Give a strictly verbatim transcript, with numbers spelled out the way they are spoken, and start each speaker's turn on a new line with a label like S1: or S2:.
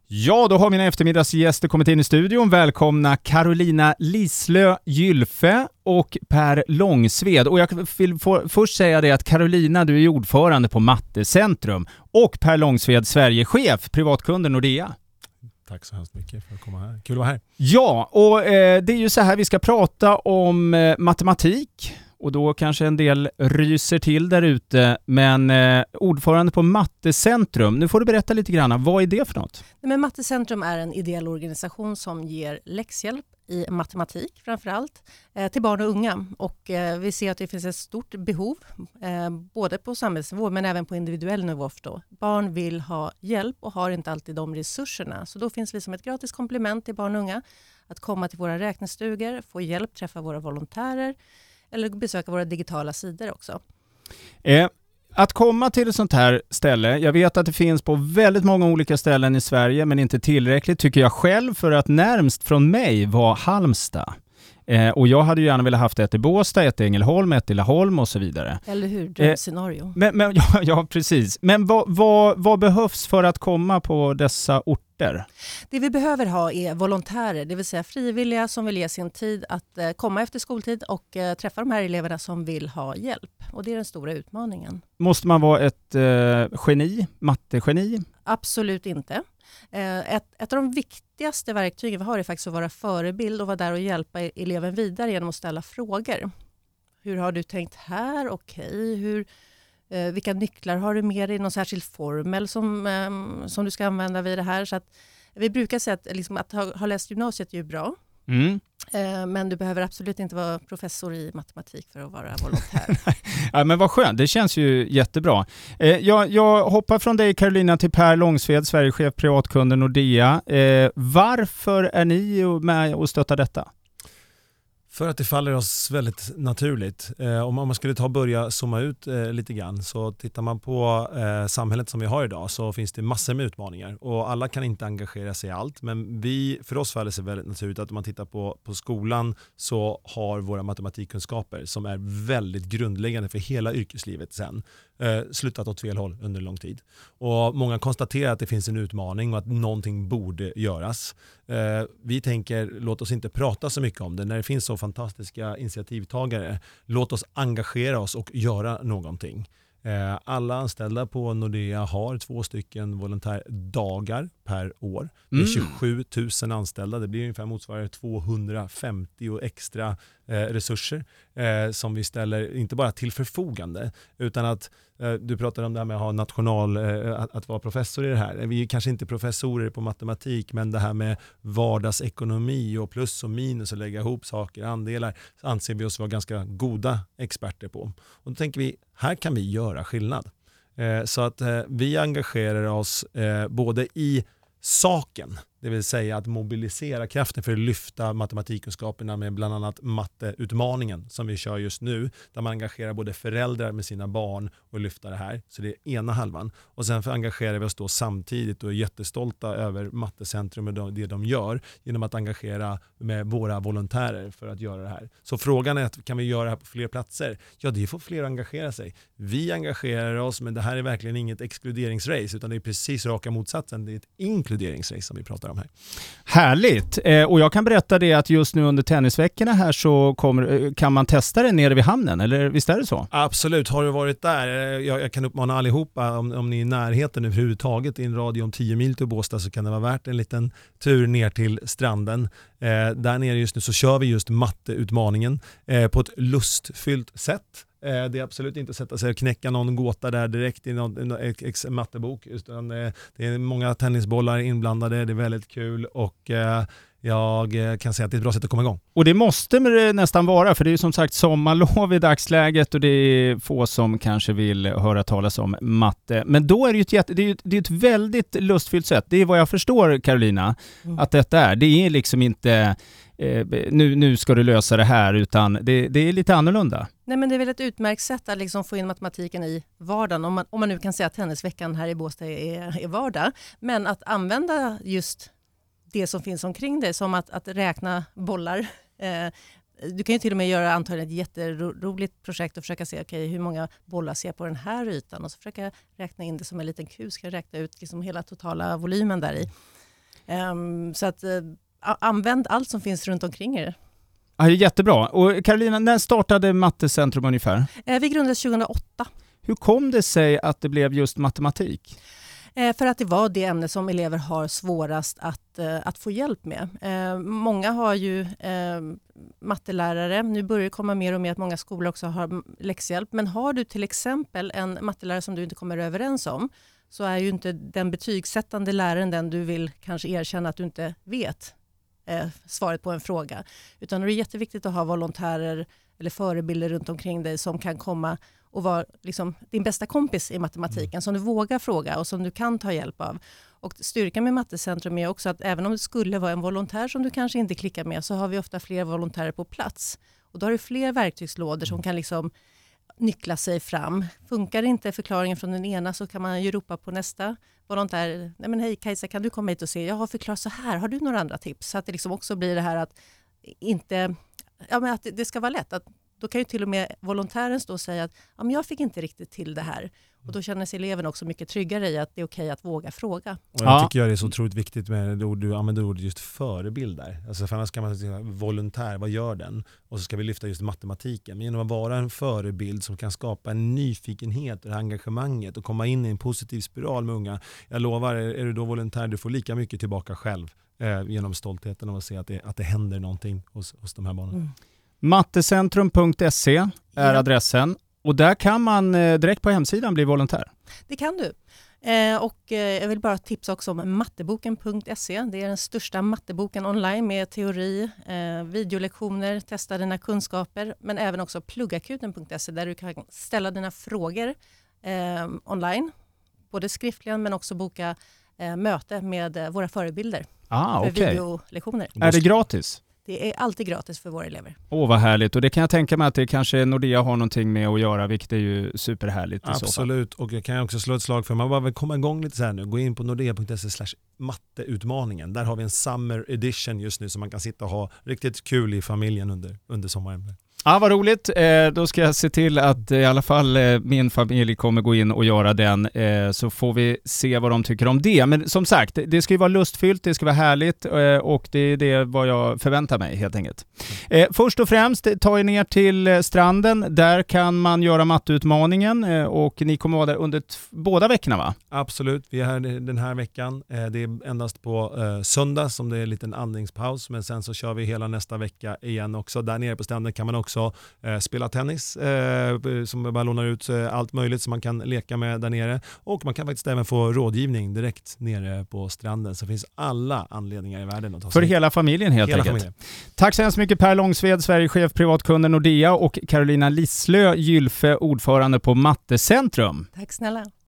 S1: Ja, då har mina eftermiddagsgäster kommit in i studion. Välkomna Carolina Lislö Gylfe och Per Långsved. Och jag vill få, först säga det att Carolina, du är ordförande på Mattecentrum och Per Långsved, Sverigechef, privatkunder Nordea.
S2: Tack så hemskt mycket för att komma här. Kul att vara här.
S1: Ja, och eh, det är ju så här vi ska prata om eh, matematik. Och då kanske en del ryser till där ute. Men eh, ordförande på Mattecentrum, nu får du berätta lite grann. Vad är det för något?
S3: Men Mattecentrum är en ideell organisation som ger läxhjälp i matematik framförallt eh, till barn och unga. Och eh, vi ser att det finns ett stort behov eh, både på samhällsnivå men även på individuell nivå. Förstå. Barn vill ha hjälp och har inte alltid de resurserna. Så då finns vi som ett gratis komplement till barn och unga att komma till våra räknestugor, få hjälp, träffa våra volontärer eller besöka våra digitala sidor också.
S1: Eh, att komma till ett sånt här ställe, jag vet att det finns på väldigt många olika ställen i Sverige men inte tillräckligt tycker jag själv, för att närmst från mig var Halmstad. Eh, och jag hade ju gärna velat haft ett i Båstad, ett i Ängelholm, ett i Laholm och så vidare.
S3: Eller hur? Drömscenario.
S1: Eh, men, men, ja, ja, precis. Men vad, vad, vad behövs för att komma på dessa orter?
S3: Det vi behöver ha är volontärer, det vill säga frivilliga som vill ge sin tid att eh, komma efter skoltid och eh, träffa de här eleverna som vill ha hjälp. Och det är den stora utmaningen.
S1: Måste man vara ett eh, geni, mattegeni?
S3: Absolut inte. Ett, ett av de viktigaste verktygen vi har är faktiskt att vara förebild och vara där och hjälpa eleven vidare genom att ställa frågor. Hur har du tänkt här? Okej, hur, eh, vilka nycklar har du med dig? Någon särskild formel som, eh, som du ska använda vid det här? Så att, vi brukar säga att, liksom, att ha, ha läst gymnasiet är ju bra.
S1: Mm.
S3: Eh, men du behöver absolut inte vara professor i matematik för att vara volontär.
S1: Ja, men vad skönt, det känns ju jättebra. Eh, jag, jag hoppar från dig Carolina till Per Långsved, Sverigechef, privatkunder Nordea. Eh, varför är ni med och stöttar detta?
S2: För att det faller oss väldigt naturligt. Eh, om man skulle ta och börja zooma ut eh, lite grann, så tittar man på eh, samhället som vi har idag så finns det massor med utmaningar och alla kan inte engagera sig i allt, men vi, för oss faller det sig väldigt naturligt att om man tittar på, på skolan så har våra matematikkunskaper som är väldigt grundläggande för hela yrkeslivet sen eh, slutat åt fel håll under lång tid. Och många konstaterar att det finns en utmaning och att någonting borde göras. Eh, vi tänker, låt oss inte prata så mycket om det när det finns så fantastiska initiativtagare. Låt oss engagera oss och göra någonting. Alla anställda på Nordea har två stycken volontärdagar per år. Det är
S1: Mm.
S2: tjugosju tusen anställda. Det blir ungefär motsvarande tvåhundrafemtio extra eh, resurser eh, som vi ställer inte bara till förfogande utan att eh, du pratar om det här med att ha national, eh, att, att vara professor i det här. Vi är kanske inte professorer på matematik, men det här med vardagsekonomi och plus och minus och lägga ihop saker, andelar, så anser vi oss vara ganska goda experter på. Och då tänker vi, här kan vi göra skillnad. Eh, så att eh, vi engagerar oss eh, både i saken, det vill säga att mobilisera kraften för att lyfta matematikkunskaperna med bland annat matteutmaningen som vi kör just nu, där man engagerar både föräldrar med sina barn och lyfta det här. Så det är ena halvan. Och sen för engagerar vi oss då samtidigt och är jättestolta över Mattecentrum och det de gör genom att engagera med våra volontärer för att göra det här. Så frågan är, att kan vi göra det här på fler platser? Ja, det får fler engagera sig. Vi engagerar oss, men det här är verkligen inget exkluderingsrace utan det är precis raka motsatsen. Det är ett inkluderingsrace som vi pratar om här.
S1: Härligt. Eh, och jag kan berätta det att just nu under tennisveckorna här så kommer, kan man testa det nere vid hamnen, eller visst är det så?
S2: Absolut, har du varit där? Jag, jag kan uppmana allihopa, om, om ni är i närheten överhuvudtaget i en radie om tio mil till Båstad så kan det vara värt en liten tur ner till stranden. Eh, där nere just nu så kör vi just matteutmaningen eh, på ett lustfyllt sätt. Det är absolut inte att sätta sig och knäcka någon gåta där direkt i någon, någon ex mattebok, utan det är många tennisbollar inblandade, det är väldigt kul och jag kan säga att det är ett bra sätt att komma igång.
S1: Och det måste det nästan vara, för det är ju som sagt sommarlov i dagsläget och det är få som kanske vill höra talas om matte. Men då är det ju ett, jätte, det är ju, det är ett väldigt lustfyllt sätt. Det är vad jag förstår, Carolina, mm. att detta är. Det är liksom inte eh, nu, nu ska du lösa det här, utan det, det är lite annorlunda.
S3: Nej, men det är väl ett utmärkt sätt att liksom få in matematiken i vardagen. Om man, om man nu kan säga att tennisveckan här i Båstad är, är vardag. Men att använda just det som finns omkring det, som att, att räkna bollar. Eh, du kan ju till och med göra antagligen ett jätteroligt projekt och försöka se okay, hur många bollar ser jag på den här ytan och så försöka räkna in det som en liten kus, ska räkna ut liksom hela totala volymen där i. Um, så att uh, använd allt som finns runt omkring er.
S1: Ja, det är jättebra. Och Carolina, när startade Mattecentrum ungefär?
S3: Uh, vi grundades tjugohundraåtta.
S1: Hur kom det sig att det blev just matematik?
S3: Eh, för att det var det ämne som elever har svårast att, eh, att få hjälp med. Eh, många har ju eh, mattelärare. Nu börjar det komma mer och mer att många skolor också har läxhjälp. Men har du till exempel en mattelärare som du inte kommer överens om, så är ju inte den betygssättande läraren den du vill kanske erkänna att du inte vet eh, svaret på en fråga. Utan det är jätteviktigt att ha volontärer eller förebilder runt omkring dig som kan komma och vara liksom din bästa kompis i matematiken, mm. som du vågar fråga och som du kan ta hjälp av. Och styrkan med Mattecentrum är också att även om det skulle vara en volontär som du kanske inte klickar med, så har vi ofta fler volontärer på plats. Och då har du fler verktygslådor som kan liksom nyckla sig fram. Funkar inte förklaringen från den ena, så kan man ju ropa på nästa volontär. Nej men hej Kajsa, kan du komma hit och se? Jag har förklarat så här. Har du några andra tips? Så att det liksom också blir det här att inte, ja men att det ska vara lätt. Att då kan ju till och med volontären stå och säga att ja, men jag fick inte riktigt till det här. Och då känner sig eleven också mycket tryggare i att det är okej att våga fråga.
S2: Och jag tycker jag det är så otroligt viktigt med det ord du använder, ordet just förebild där. Alltså för annars kan man säga volontär, vad gör den? Och så ska vi lyfta just matematiken. Men genom att vara en förebild som kan skapa en nyfikenhet och engagemanget och komma in i en positiv spiral med unga. Jag lovar, är du då volontär, du får lika mycket tillbaka själv eh, genom stoltheten av att se att det, att det händer någonting hos, hos de här barnen.
S3: Mm.
S1: Mattecentrum punkt se är
S3: ja.
S1: adressen. Och där kan man eh, direkt på hemsidan bli volontär.
S3: Det kan du. Eh, och eh, jag vill bara tipsa också om matteboken punkt se. Det är den största matteboken online med teori, eh, videolektioner, testa dina kunskaper. Men även också pluggakuten punkt se där du kan ställa dina frågor eh, online. Både skriftligen men också boka eh, möte med eh, våra förebilder.
S1: Ah,
S3: för
S1: okay.
S3: videolektioner.
S1: Är det gratis?
S3: Det är alltid gratis för våra elever.
S1: Åh, vad härligt. Och det kan jag tänka mig att det kanske Nordea har någonting med att göra, vilket är ju superhärligt.
S2: Absolut, och jag kan också slå ett slag för, man bara vill komma igång lite så här nu. Gå in på nordea punkt se slash matteutmaningen. Där har vi en summer edition just nu, så man kan sitta och ha riktigt kul i familjen under, under sommaren.
S1: Ja, vad roligt. Eh, då ska jag se till att eh, i alla fall eh, min familj kommer gå in och göra den, eh, så får vi se vad de tycker om det. Men som sagt, det ska ju vara lustfyllt, det ska vara härligt eh, och det är det vad jag förväntar mig helt enkelt. Eh, först och främst, ta er ner till eh, stranden. Där kan man göra matteutmaningen eh, och ni kommer vara där under t- båda veckorna, va?
S2: Absolut, vi är här den här veckan. Eh, det är endast på eh, söndag som det är en liten andningspaus, men sen så kör vi hela nästa vecka igen också. Där nere på stranden kan man också Så, eh, spela tennis eh, som bara lånar ut eh, allt möjligt som man kan leka med där nere, och man kan faktiskt även få rådgivning direkt nere på stranden, så finns alla anledningar i världen att ta sig.
S1: För hela familjen helt
S2: hela
S1: enkelt.
S2: Familjen.
S1: Tack så hemskt mycket Per Långsved, Sverigechef privatkunder Nordea, och Carolina Lisslö, Gylfe, ordförande på Mattecentrum.
S3: Tack snälla.